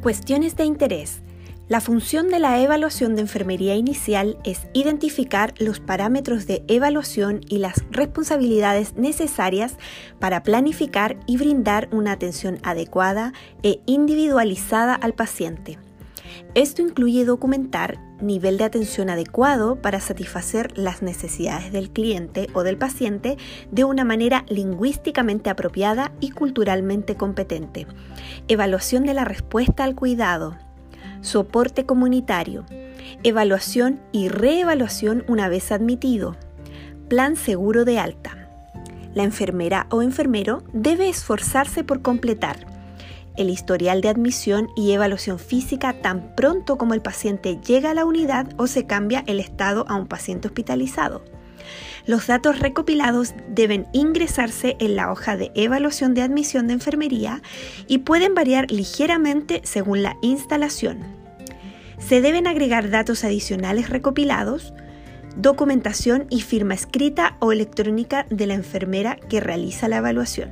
Cuestiones de interés. La función de la evaluación de enfermería inicial es identificar los parámetros de evaluación y las responsabilidades necesarias para planificar y brindar una atención adecuada e individualizada al paciente. Esto incluye documentar nivel de atención adecuado para satisfacer las necesidades del cliente o del paciente de una manera lingüísticamente apropiada y culturalmente competente. Evaluación de la respuesta al cuidado. Soporte comunitario. Evaluación y reevaluación una vez admitido. Plan seguro de alta. La enfermera o enfermero debe esforzarse por completar el historial de admisión y evaluación física tan pronto como el paciente llega a la unidad o se cambia el estado a un paciente hospitalizado. Los datos recopilados deben ingresarse en la hoja de evaluación de admisión de enfermería y pueden variar ligeramente según la instalación. Se deben agregar datos adicionales recopilados, documentación y firma escrita o electrónica de la enfermera que realiza la evaluación.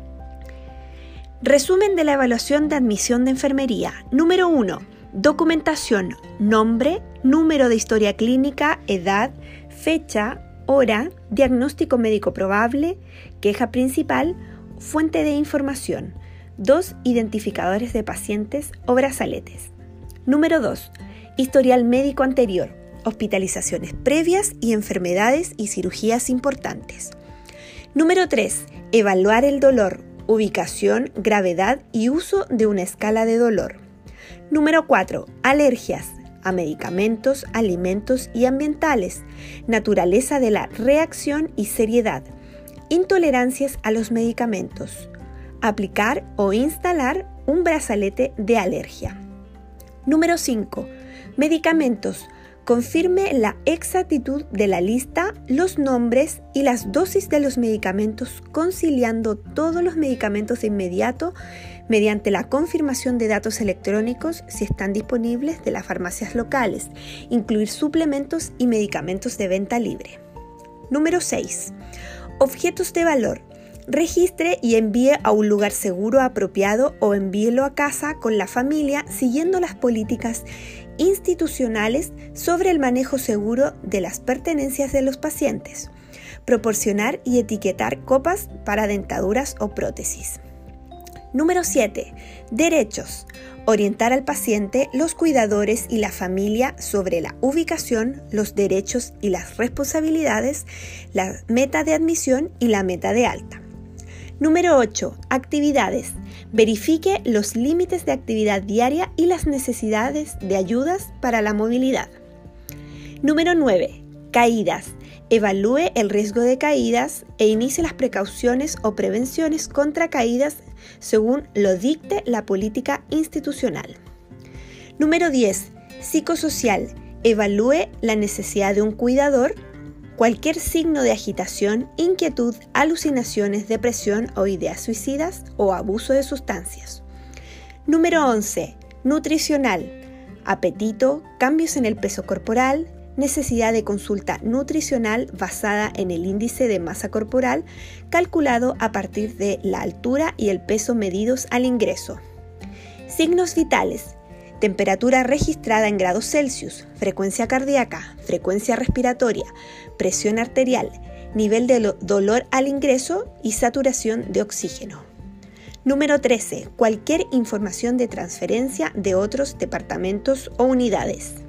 Resumen de la evaluación de admisión de enfermería. Número 1. Documentación: nombre, número de historia clínica, edad, fecha, hora, diagnóstico médico probable, queja principal, fuente de información. 2. Identificadores de pacientes o brazaletes. Número 2. Historial médico anterior, hospitalizaciones previas y enfermedades y cirugías importantes. Número 3. Evaluar el dolor, ubicación, gravedad y uso de una escala de dolor. Número 4. Alergias a medicamentos, alimentos y ambientales, naturaleza de la reacción y seriedad, intolerancias a los medicamentos, aplicar o instalar un brazalete de alergia. Número 5. Medicamentos. Confirme la exactitud de la lista, los nombres y las dosis de los medicamentos, conciliando todos los medicamentos de inmediato mediante la confirmación de datos electrónicos si están disponibles de las farmacias locales, incluir suplementos y medicamentos de venta libre. Número 6. Objetos de valor. Registre y envíe a un lugar seguro apropiado o envíelo a casa con la familia siguiendo las políticas institucionales sobre el manejo seguro de las pertenencias de los pacientes. Proporcionar y etiquetar copas para dentaduras o prótesis. Número 7. Derechos. Orientar al paciente, los cuidadores y la familia sobre la ubicación, los derechos y las responsabilidades, la meta de admisión y la meta de alta. Número 8. Actividades. Verifique los límites de actividad diaria y las necesidades de ayudas para la movilidad. Número 9. Caídas. Evalúe el riesgo de caídas e inicie las precauciones o prevenciones contra caídas según lo dicte la política institucional. Número 10. Psicosocial. Evalúe la necesidad de un cuidador, cualquier signo de agitación, inquietud, alucinaciones, depresión o ideas suicidas o abuso de sustancias. Número 11. Nutricional. Apetito, cambios en el peso corporal, necesidad de consulta nutricional basada en el índice de masa corporal calculado a partir de la altura y el peso medidos al ingreso. Signos vitales. Temperatura registrada en grados Celsius, frecuencia cardíaca, frecuencia respiratoria, presión arterial, nivel de dolor al ingreso y saturación de oxígeno. Número 13. Cualquier información de transferencia de otros departamentos o unidades.